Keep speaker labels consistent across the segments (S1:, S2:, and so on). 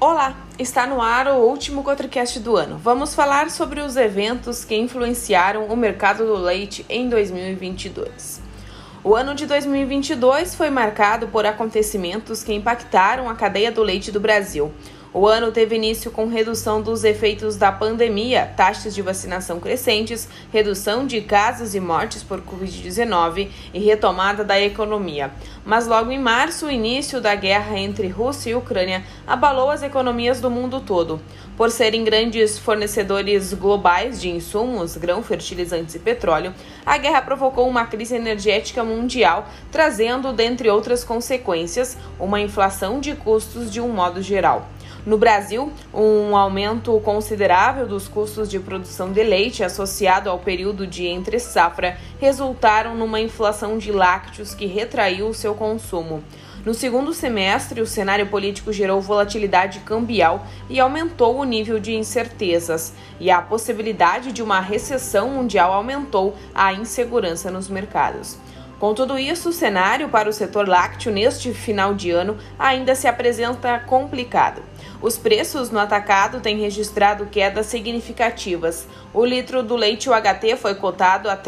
S1: Olá, está no ar o último Cotricast do ano. Vamos falar sobre os eventos que influenciaram o mercado do leite em 2022. O ano de 2022 foi marcado por acontecimentos que impactaram a cadeia do leite do Brasil. O ano teve início com redução dos efeitos da pandemia, taxas de vacinação crescentes, redução de casos e mortes por Covid-19 e retomada da economia. Mas logo em março, o início da guerra entre Rússia e Ucrânia abalou as economias do mundo todo. Por serem grandes fornecedores globais de insumos, grão, fertilizantes e petróleo, a guerra provocou uma crise energética mundial, trazendo, dentre outras consequências, uma inflação de custos de um modo geral. No Brasil, um aumento considerável dos custos de produção de leite associado ao período de entre-safra resultaram numa inflação de lácteos que retraiu o seu consumo. No segundo semestre, o cenário político gerou volatilidade cambial e aumentou o nível de incertezas, e a possibilidade de uma recessão mundial aumentou a insegurança nos mercados. Com tudo isso, o cenário para o setor lácteo neste final de ano ainda se apresenta complicado. Os preços no atacado têm registrado quedas significativas. O litro do leite UHT foi cotado a R$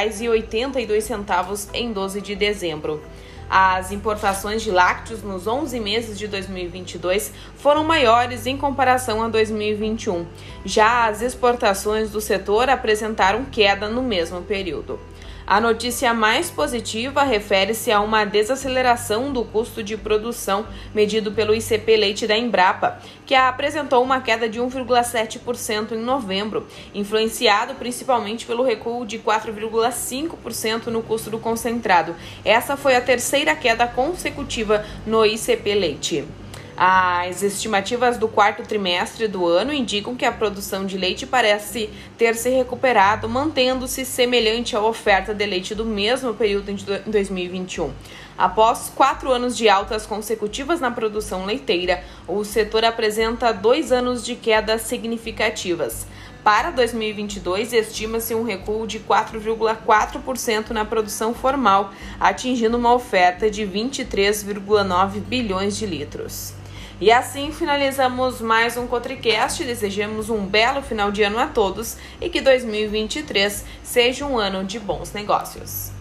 S1: 3,82 em 12 de dezembro. As importações de lácteos nos 11 meses de 2022 foram maiores em comparação a 2021. Já as exportações do setor apresentaram queda no mesmo período. A notícia mais positiva refere-se a uma desaceleração do custo de produção medido pelo ICP Leite da Embrapa, que apresentou uma queda de 1,7% em novembro, influenciado principalmente pelo recuo de 4,5% no custo do concentrado. Essa foi a terceira queda consecutiva no ICP Leite. As estimativas do quarto trimestre do ano indicam que a produção de leite parece ter se recuperado, mantendo-se semelhante à oferta de leite do mesmo período de 2021. Após 4 anos de altas consecutivas na produção leiteira, o setor apresenta 2 anos de quedas significativas. Para 2022, estima-se um recuo de 4,4% na produção formal, atingindo uma oferta de 23,9 bilhões de litros. E assim finalizamos mais um Cotricast. Desejamos um belo final de ano a todos e que 2023 seja um ano de bons negócios.